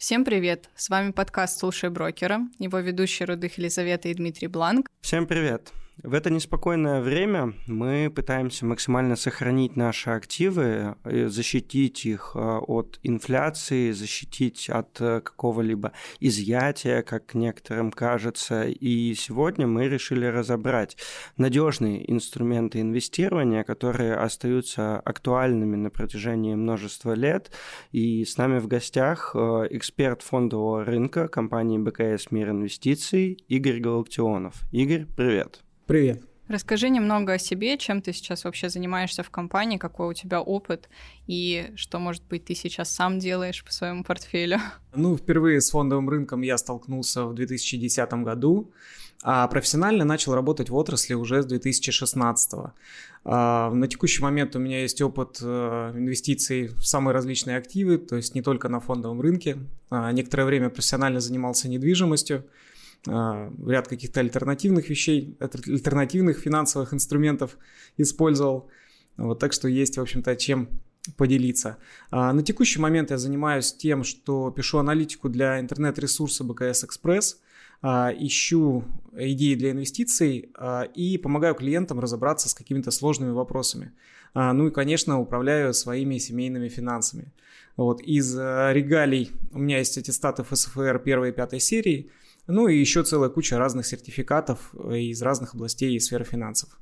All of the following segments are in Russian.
Всем привет! С вами подкаст «Слушай брокера», его ведущие Рудых Елизавета и Дмитрий Бланк. Всем привет! В это неспокойное время мы пытаемся максимально сохранить наши активы, защитить их от инфляции, защитить от какого-либо изъятия, как некоторым кажется. И сегодня мы решили разобрать надежные инструменты инвестирования, которые остаются актуальными на протяжении множества лет. И с нами в гостях эксперт фондового рынка компании БКС Мир Инвестиций Игорь Галактионов. Игорь, привет! Привет. Расскажи немного о себе, чем ты сейчас вообще занимаешься в компании, какой у тебя опыт и что, может быть, ты сейчас сам делаешь по своему портфелю. Впервые с фондовым рынком я столкнулся в 2010 году, а профессионально начал работать в отрасли уже с 2016. На текущий момент у меня есть опыт инвестиций в самые различные активы, то есть не только на фондовом рынке. Некоторое время профессионально занимался недвижимостью, ряд каких-то альтернативных вещей, альтернативных финансовых инструментов использовал. Так что есть, в общем-то, чем поделиться. На текущий момент я занимаюсь тем, что пишу аналитику для интернет-ресурса БКС Экспресс, ищу идеи для инвестиций и помогаю клиентам разобраться с какими-то сложными вопросами. И, конечно, управляю своими семейными финансами. Из регалий у меня есть аттестаты ФСФР 1 и 5 серии, и еще целая куча разных сертификатов из разных областей и сфер финансов.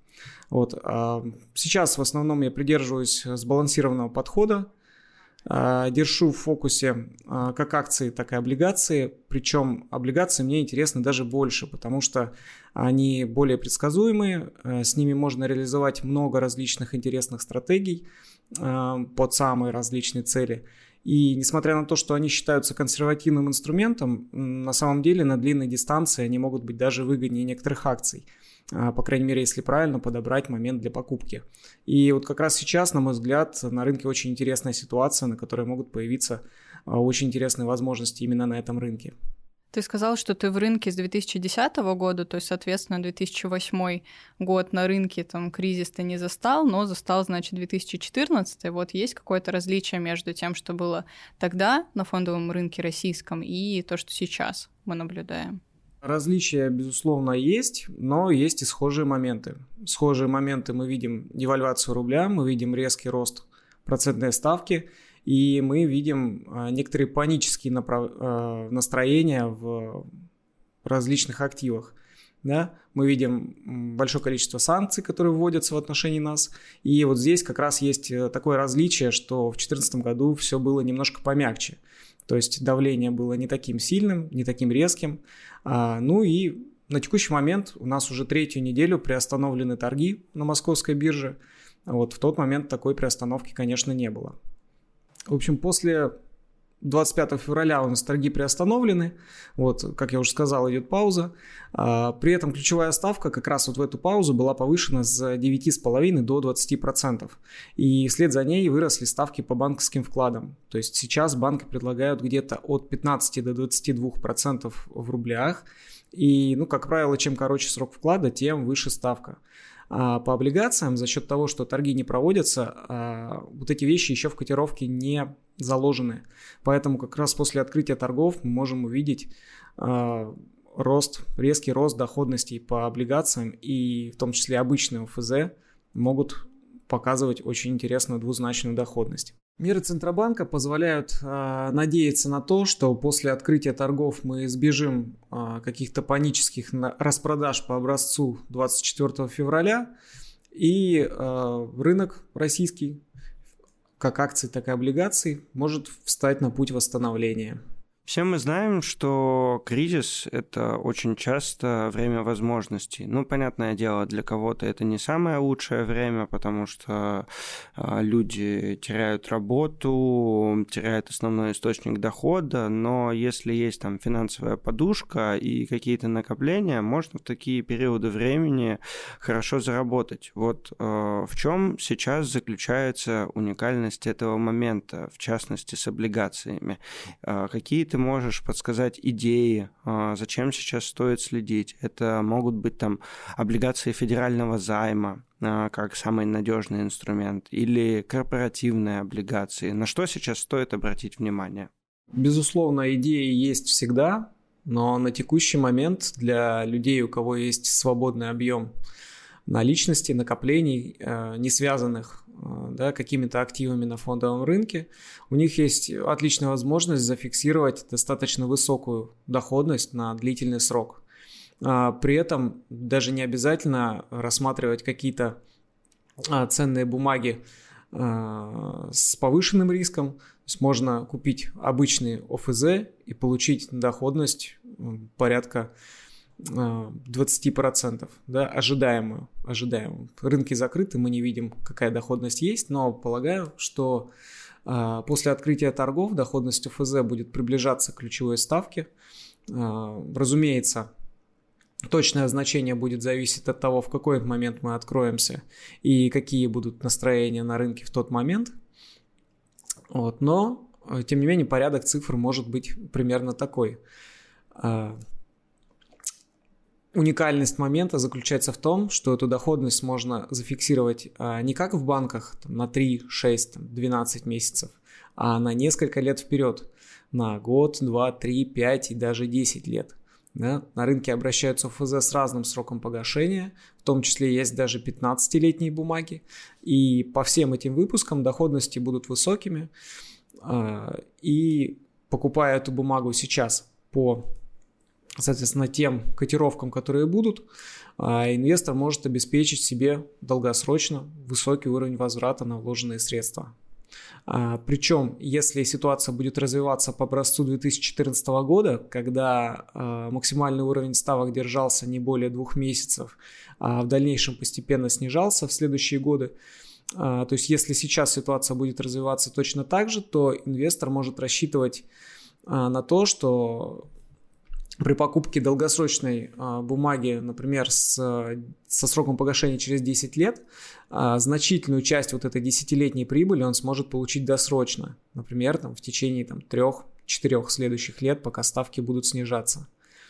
Сейчас в основном я придерживаюсь сбалансированного подхода, держу в фокусе как акции, так и облигации, причем облигации мне интересны даже больше, потому что они более предсказуемые, с ними можно реализовать много различных интересных стратегий под самые различные цели. И несмотря на то, что они считаются консервативным инструментом, на самом деле на длинной дистанции они могут быть даже выгоднее некоторых акций. По крайней мере, если правильно подобрать момент для покупки. И как раз сейчас, на мой взгляд, на рынке очень интересная ситуация, на которой могут появиться очень интересные возможности именно на этом рынке. Ты сказал, что ты в рынке с 2010 года, то есть, соответственно, 2008 год на рынке кризис ты не застал, но застал, значит, 2014. Есть какое-то различие между тем, что было тогда на фондовом рынке российском, и то, что сейчас мы наблюдаем? Различия, безусловно, есть, но есть и схожие моменты. Схожие моменты мы видим девальвацию рубля, мы видим резкий рост процентной ставки, и мы видим некоторые панические настроения в различных активах. Да? Мы видим большое количество санкций, которые вводятся в отношении нас. И здесь как раз есть такое различие, что в 2014 году все было немножко помягче. То есть давление было не таким сильным, не таким резким. И на текущий момент у нас уже 3-ю неделю приостановлены торги на московской бирже. В тот момент такой приостановки, конечно, не было. В общем, после 25 февраля у нас торги приостановлены. Как я уже сказал, идет пауза. При этом ключевая ставка как раз в эту паузу была повышена с 9,5% до 20%. И вслед за ней выросли ставки по банковским вкладам. То есть сейчас банки предлагают где-то от 15 до 22% в рублях. И, как правило, чем короче срок вклада, тем выше ставка. А по облигациям, за счет того, что торги не проводятся, эти вещи еще в котировке не заложены. Поэтому как раз после открытия торгов мы можем увидеть резкий рост доходностей по облигациям, и в том числе обычные ОФЗ могут показывать очень интересную двузначную доходность. Меры Центробанка позволяют надеяться на то, что после открытия торгов мы избежим каких-то панических распродаж по образцу 24 февраля, и рынок российский, как акций, так и облигаций, может встать на путь восстановления. Все мы знаем, что кризис – это очень часто время возможностей. Понятное дело, для кого-то это не самое лучшее время, потому что люди теряют работу, теряют основной источник дохода, но если есть финансовая подушка и какие-то накопления, можно в такие периоды времени хорошо заработать. В чем сейчас заключается уникальность этого момента, в частности с облигациями? Какие ты можешь подсказать идеи, зачем сейчас стоит следить? Это могут быть облигации федерального займа, как самый надежный инструмент, или корпоративные облигации. На что сейчас стоит обратить внимание? Безусловно, идеи есть всегда, но на текущий момент для людей, у кого есть свободный объем наличности, накоплений, не связанных какими-то активами на фондовом рынке, у них есть отличная возможность зафиксировать достаточно высокую доходность на длительный срок. При этом даже не обязательно рассматривать какие-то ценные бумаги с повышенным риском. То есть можно купить обычный ОФЗ и получить доходность порядка 20%, ожидаемую. Рынки закрыты, мы не видим, какая доходность есть, но полагаю, что после открытия торгов доходность ОФЗ будет приближаться к ключевой ставке. Разумеется, точное значение будет зависеть от того, в какой момент мы откроемся и какие будут настроения на рынке в тот момент. Но, тем не менее, порядок цифр может быть примерно такой. Уникальность момента заключается в том, что эту доходность можно зафиксировать не как в банках на 3, 6, 12 месяцев, а на несколько лет вперед, на год, 2, 3, 5 и даже 10 лет. На рынке обращаются ОФЗ с разным сроком погашения, в том числе есть даже 15-летние бумаги, и по всем этим выпускам доходности будут высокими, и покупая эту бумагу сейчас по, соответственно, тем котировкам, которые будут, инвестор может обеспечить себе долгосрочно высокий уровень возврата на вложенные средства. Причем, если ситуация будет развиваться по образцу 2014 года, когда максимальный уровень ставок держался не более 2 месяцев, а в дальнейшем постепенно снижался в следующие годы, то есть если сейчас ситуация будет развиваться точно так же, то инвестор может рассчитывать на то, что при покупке долгосрочной бумаги, например, со сроком погашения через 10 лет, значительную часть вот этой 10-летней прибыли он сможет получить досрочно. Например, в течение 3-4 следующих лет, пока ставки будут снижаться.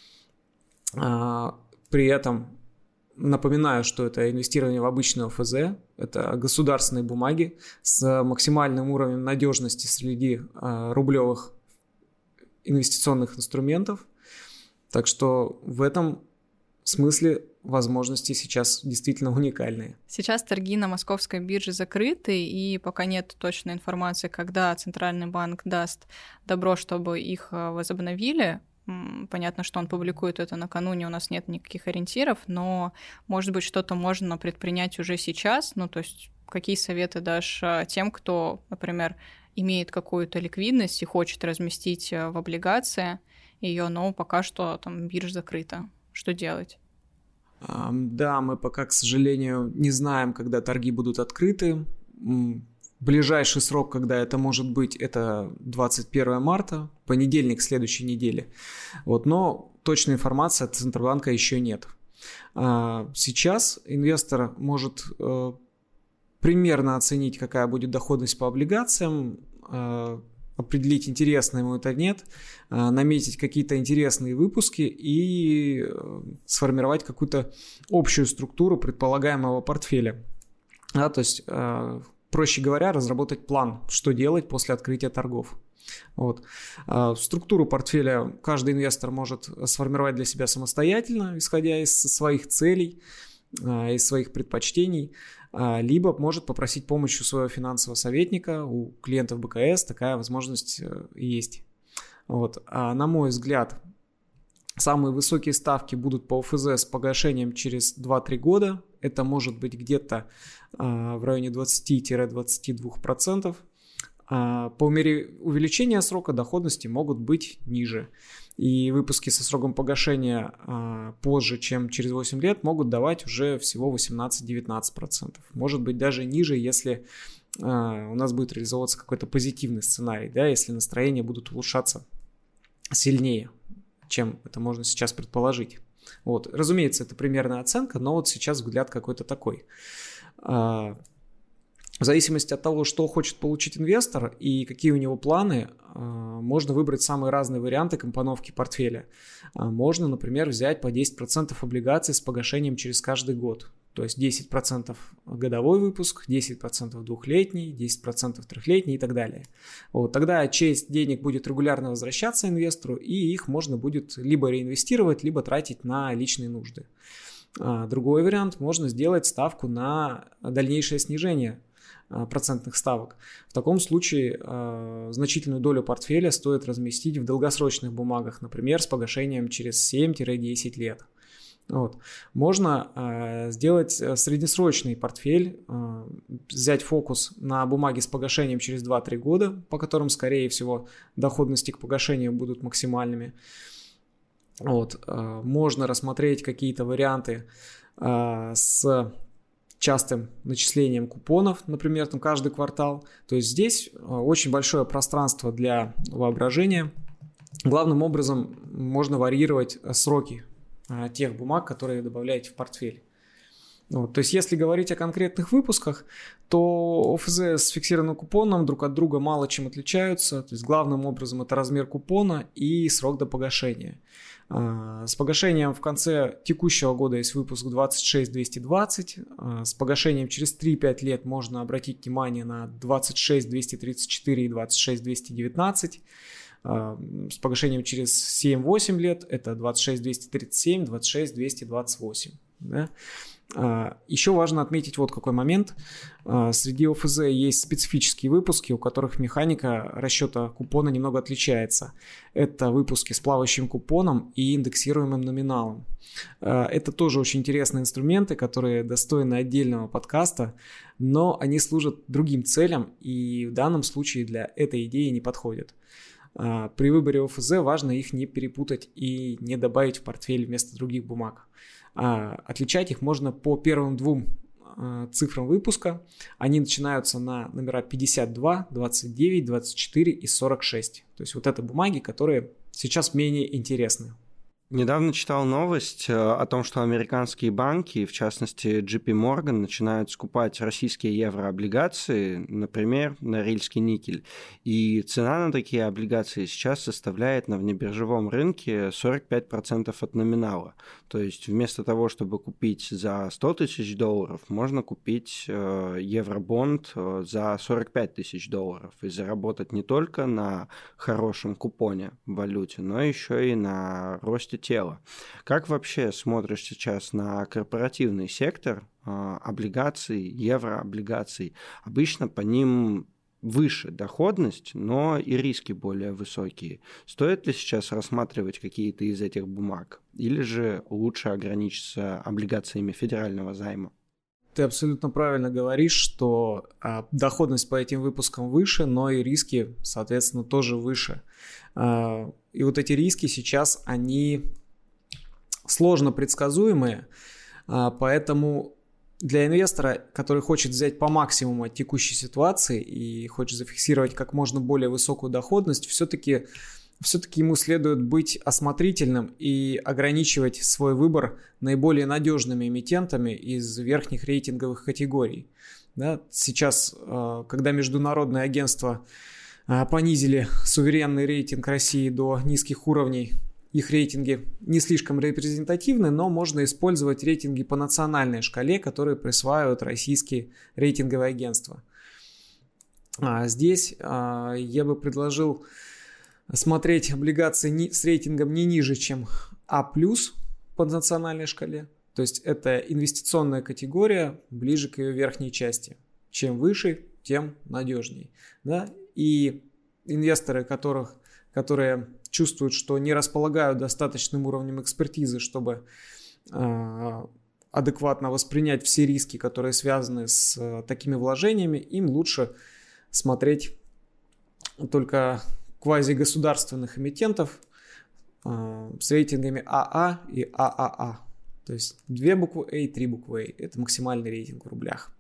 При этом напоминаю, что это инвестирование в обычный ОФЗ, это государственные бумаги с максимальным уровнем надежности среди рублевых инвестиционных инструментов. Так что в этом смысле возможности сейчас действительно уникальные. Сейчас торги на московской бирже закрыты, и пока нет точной информации, когда Центральный банк даст добро, чтобы их возобновили. Понятно, что он публикует это накануне, у нас нет никаких ориентиров, но, может быть, что-то можно предпринять уже сейчас. То есть какие советы дашь тем, кто, например, имеет какую-то ликвидность и хочет разместить в облигации ее, но пока что биржа закрыта. Что делать? Да, мы пока, к сожалению, не знаем, когда торги будут открыты. Ближайший срок, когда это может быть, это 21 марта, понедельник следующей недели. Но точной информации от Центробанка еще нет. Сейчас инвестор может примерно оценить, какая будет доходность по облигациям, определить, интересно ему это нет, наметить какие-то интересные выпуски и сформировать какую-то общую структуру предполагаемого портфеля. То есть, проще говоря, разработать план, что делать после открытия торгов. Структуру портфеля каждый инвестор может сформировать для себя самостоятельно, исходя из своих целей, из своих предпочтений, либо может попросить помощи у своего финансового советника, у клиентов БКС такая возможность есть. На мой взгляд, самые высокие ставки будут по ОФЗ с погашением через 2-3 года. Это может быть где-то в районе 20-22%. По мере увеличения срока доходности могут быть ниже. И выпуски со сроком погашения позже, чем через 8 лет, могут давать уже всего 18-19%. Может быть даже ниже, если у нас будет реализовываться какой-то позитивный сценарий, если настроения будут улучшаться сильнее, чем это можно сейчас предположить. Разумеется, это примерная оценка, но сейчас взгляд какой-то такой. В зависимости от того, что хочет получить инвестор и какие у него планы, можно выбрать самые разные варианты компоновки портфеля. Можно, например, взять по 10% облигаций с погашением через каждый год. То есть 10% годовой выпуск, 10% двухлетний, 10% трехлетний и так далее. Вот, тогда часть денег будет регулярно возвращаться инвестору, и их можно будет либо реинвестировать, либо тратить на личные нужды. Другой вариант, можно сделать ставку на дальнейшее снижение процентных ставок. В таком случае значительную долю портфеля стоит разместить в долгосрочных бумагах, например, с погашением через 7-10 лет. Вот. Можно сделать среднесрочный портфель, взять фокус на бумаги с погашением через 2-3 года, по которым, скорее всего, доходности к погашению будут максимальными. Вот. Можно рассмотреть какие-то варианты с частым начислением купонов, например, там каждый квартал. То есть здесь очень большое пространство для воображения. Главным образом можно варьировать сроки тех бумаг, которые добавляете в портфель. Вот. То есть если говорить о конкретных выпусках, то ОФЗ с фиксированным купоном друг от друга мало чем отличаются. То есть главным образом это размер купона и срок до погашения. С погашением в конце текущего года есть выпуск 26220. С погашением через 3-5 лет можно обратить внимание на 26234 и 26219. С погашением через 7-8 лет это 26237, 26228. Да? Еще важно отметить вот какой момент. Среди ОФЗ есть специфические выпуски, у которых механика расчета купона немного отличается. Это выпуски с плавающим купоном и индексируемым номиналом. Это тоже очень интересные инструменты, которые достойны отдельного подкаста, но они служат другим целям и в данном случае для этой идеи не подходят. При выборе ОФЗ важно их не перепутать и не добавить в портфель вместо других бумаг. Отличать их можно по первым двум цифрам выпуска. Они начинаются на номера 52, 29, 24 и 46. То есть вот это бумаги, которые сейчас менее интересны. Недавно читал новость о том, что американские банки, в частности JP Morgan, начинают скупать российские еврооблигации, например, Норильский никель. И цена на такие облигации сейчас составляет на внебиржевом рынке 45% от номинала. То есть вместо того, чтобы купить за $100 тысяч, можно купить евробонд за $45 тысяч и заработать не только на хорошем купоне в валюте, но еще и на росте тела. Как вообще смотришь сейчас на корпоративный сектор облигаций, еврооблигаций? Обычно по ним выше доходность, но и риски более высокие. Стоит ли сейчас рассматривать какие-то из этих бумаг? Или же лучше ограничиться облигациями федерального займа? Ты абсолютно правильно говоришь, что доходность по этим выпускам выше, но и риски, соответственно, тоже выше. И вот эти риски сейчас, они сложно предсказуемые, поэтому для инвестора, который хочет взять по максимуму от текущей ситуации и хочет зафиксировать как можно более высокую доходность, все-таки ему следует быть осмотрительным и ограничивать свой выбор наиболее надежными эмитентами из верхних рейтинговых категорий. Да, сейчас, когда международные агентства понизили суверенный рейтинг России до низких уровней, их рейтинги не слишком репрезентативны, но можно использовать рейтинги по национальной шкале, которые присваивают российские рейтинговые агентства. Здесь я бы предложил смотреть облигации с рейтингом не ниже, чем А+, по национальной шкале. То есть это инвестиционная категория ближе к ее верхней части. Чем выше, тем надежнее. Да? И инвесторы, которые чувствуют, что не располагают достаточным уровнем экспертизы, чтобы адекватно воспринять все риски, которые связаны с такими вложениями, им лучше смотреть только квазигосударственных эмитентов с рейтингами АА и ААА. То есть 2 буквы А и 3 буквы А. Это максимальный рейтинг в рублях.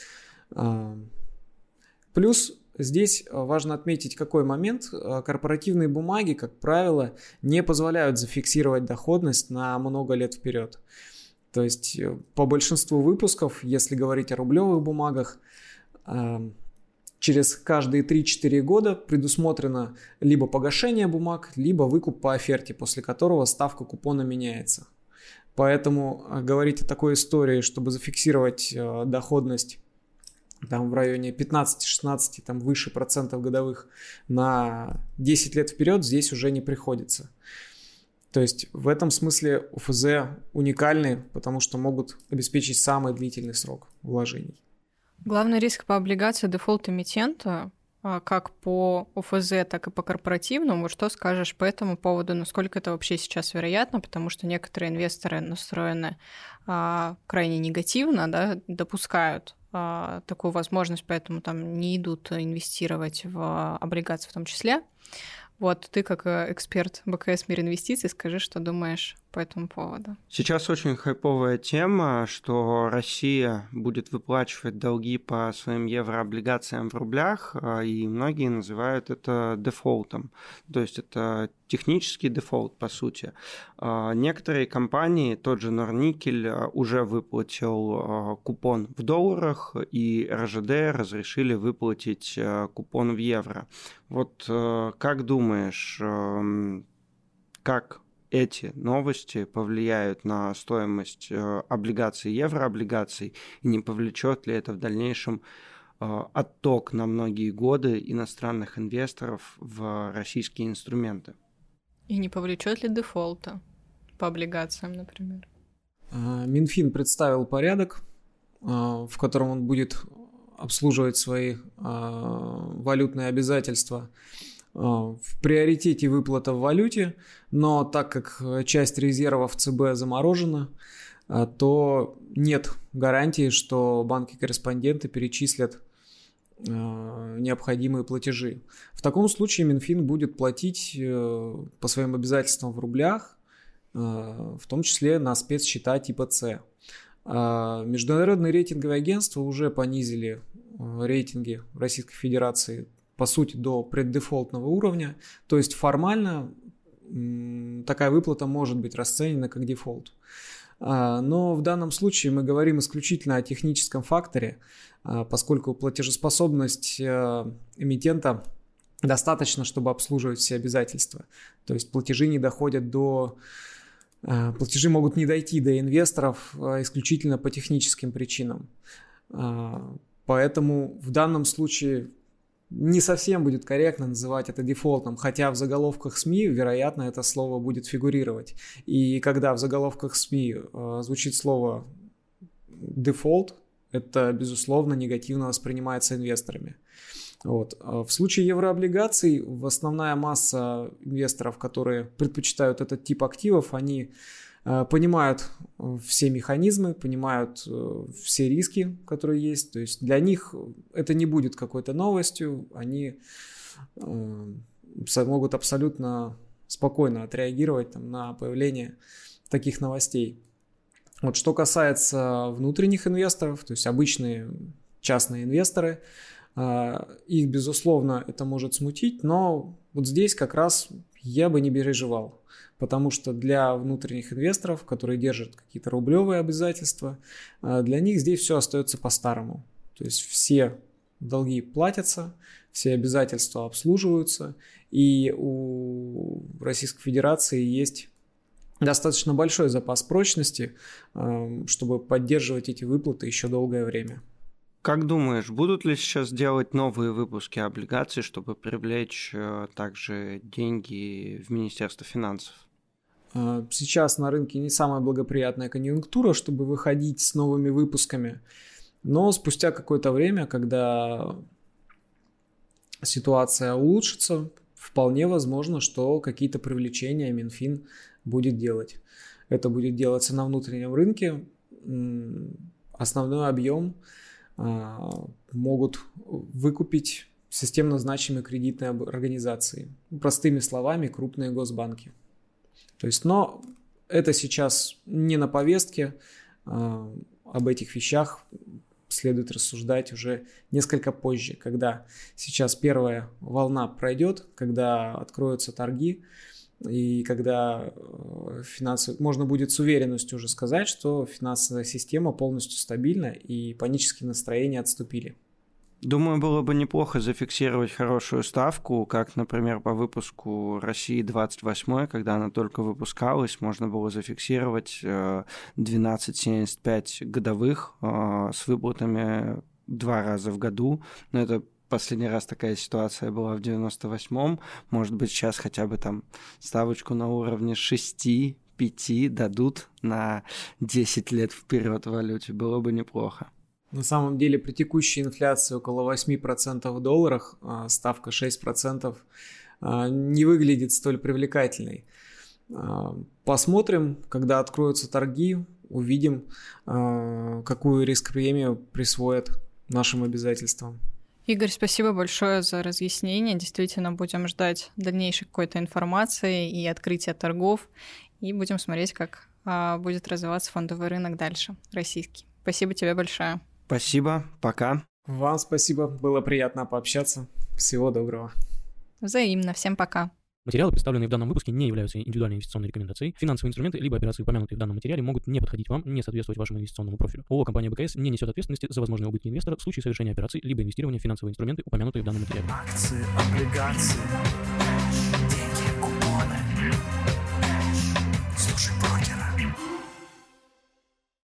Плюс здесь важно отметить какой момент. Корпоративные бумаги, как правило, не позволяют зафиксировать доходность на много лет вперед. То есть по большинству выпусков, если говорить о рублевых бумагах, через каждые 3-4 года предусмотрено либо погашение бумаг, либо выкуп по оферте, после которого ставка купона меняется. Поэтому говорить о такой истории, чтобы зафиксировать доходность там в районе 15-16, там выше процентов годовых на 10 лет вперед, здесь уже не приходится. То есть в этом смысле ОФЗ уникальны, потому что могут обеспечить самый длительный срок вложений. Главный риск по облигации дефолт эмитента, как по ОФЗ, так и по корпоративному. Вот что скажешь по этому поводу? Насколько это вообще сейчас вероятно? Потому что некоторые инвесторы настроены крайне негативно, да, допускают такую возможность, поэтому там не идут инвестировать в облигации в том числе. Вот ты как эксперт БКС «Мир инвестиций» скажи, что думаешь по этому поводу. Сейчас очень хайповая тема, что Россия будет выплачивать долги по своим еврооблигациям в рублях, и многие называют это дефолтом. То есть это технический дефолт, по сути. Некоторые компании, тот же Норникель, уже выплатил купон в долларах, и РЖД разрешили выплатить купон в евро. Вот как думаешь, как эти новости повлияют на стоимость облигаций, еврооблигаций, и не повлечет ли это в дальнейшем отток на многие годы иностранных инвесторов в российские инструменты? И не повлечет ли дефолта по облигациям, например? Минфин представил порядок, в котором он будет обслуживать свои валютные обязательства. В приоритете выплата в валюте, но так как часть резервов ЦБ заморожена, то нет гарантии, что банки-корреспонденты перечислят необходимые платежи. В таком случае Минфин будет платить по своим обязательствам в рублях, в том числе на спецсчета типа С. Международные рейтинговые агентства уже понизили рейтинги Российской Федерации, по сути, до преддефолтного уровня. То есть формально такая выплата может быть расценена как дефолт. Но в данном случае мы говорим исключительно о техническом факторе, поскольку платежеспособность эмитента достаточно, чтобы обслуживать все обязательства. То есть платежи могут не дойти до инвесторов исключительно по техническим причинам. Поэтому в данном случае не совсем будет корректно называть это дефолтом, хотя в заголовках СМИ, вероятно, это слово будет фигурировать. И когда в заголовках СМИ звучит слово дефолт, это, безусловно, негативно воспринимается инвесторами. Вот. В случае еврооблигаций основная масса инвесторов, которые предпочитают этот тип активов, они понимают все механизмы, понимают все риски, которые есть. То есть для них это не будет какой-то новостью. Они могут абсолютно спокойно отреагировать на появление таких новостей. Вот что касается внутренних инвесторов, то есть обычные частные инвесторы, их, безусловно, это может смутить, но вот здесь как раз я бы не переживал, потому что для внутренних инвесторов, которые держат какие-то рублевые обязательства, для них здесь все остается по-старому. То есть все долги платятся, все обязательства обслуживаются, и у Российской Федерации есть достаточно большой запас прочности, чтобы поддерживать эти выплаты еще долгое время. Как думаешь, будут ли сейчас делать новые выпуски облигаций, чтобы привлечь также деньги в Министерство финансов? Сейчас на рынке не самая благоприятная конъюнктура, чтобы выходить с новыми выпусками. Но спустя какое-то время, когда ситуация улучшится, вполне возможно, что какие-то привлечения Минфин будет делать. Это будет делаться на внутреннем рынке. Основной объем могут выкупить системно значимые кредитные организации. Простыми словами, крупные госбанки. То есть, но это сейчас не на повестке. Об этих вещах следует рассуждать уже несколько позже, когда сейчас первая волна пройдет, когда откроются торги, и когда можно будет с уверенностью уже сказать, что финансовая система полностью стабильна и панические настроения отступили. Думаю, было бы неплохо зафиксировать хорошую ставку, как, например, по выпуску России 28, когда она только выпускалась, можно было зафиксировать 12,75 годовых с выплатами 2 раза в году. Но это последний раз такая ситуация была в 98-м. Может быть, сейчас хотя бы там ставочку на уровне 6-5 дадут на 10 лет вперед в валюте. Было бы неплохо. На самом деле при текущей инфляции около 8% в долларах, ставка 6% не выглядит столь привлекательной. Посмотрим, когда откроются торги, увидим, какую риск-премию присвоят нашим обязательствам. Игорь, спасибо большое за разъяснение. Действительно, будем ждать дальнейшей какой-то информации и открытия торгов, и будем смотреть, как будет развиваться фондовый рынок дальше, российский. Спасибо тебе большое. Спасибо, пока. Вам спасибо, было приятно пообщаться. Всего доброго. Взаимно, всем пока. Материалы, представленные в данном выпуске, не являются индивидуальной инвестиционной рекомендацией. Финансовые инструменты либо операции, упомянутые в данном материале, могут не подходить вам, не соответствовать вашему инвестиционному профилю. ООО «Компания БКС» не несет ответственности за возможные убытки инвестора в случае совершения операций либо инвестирования в финансовые инструменты, упомянутые в данном материале. Акции, облигации.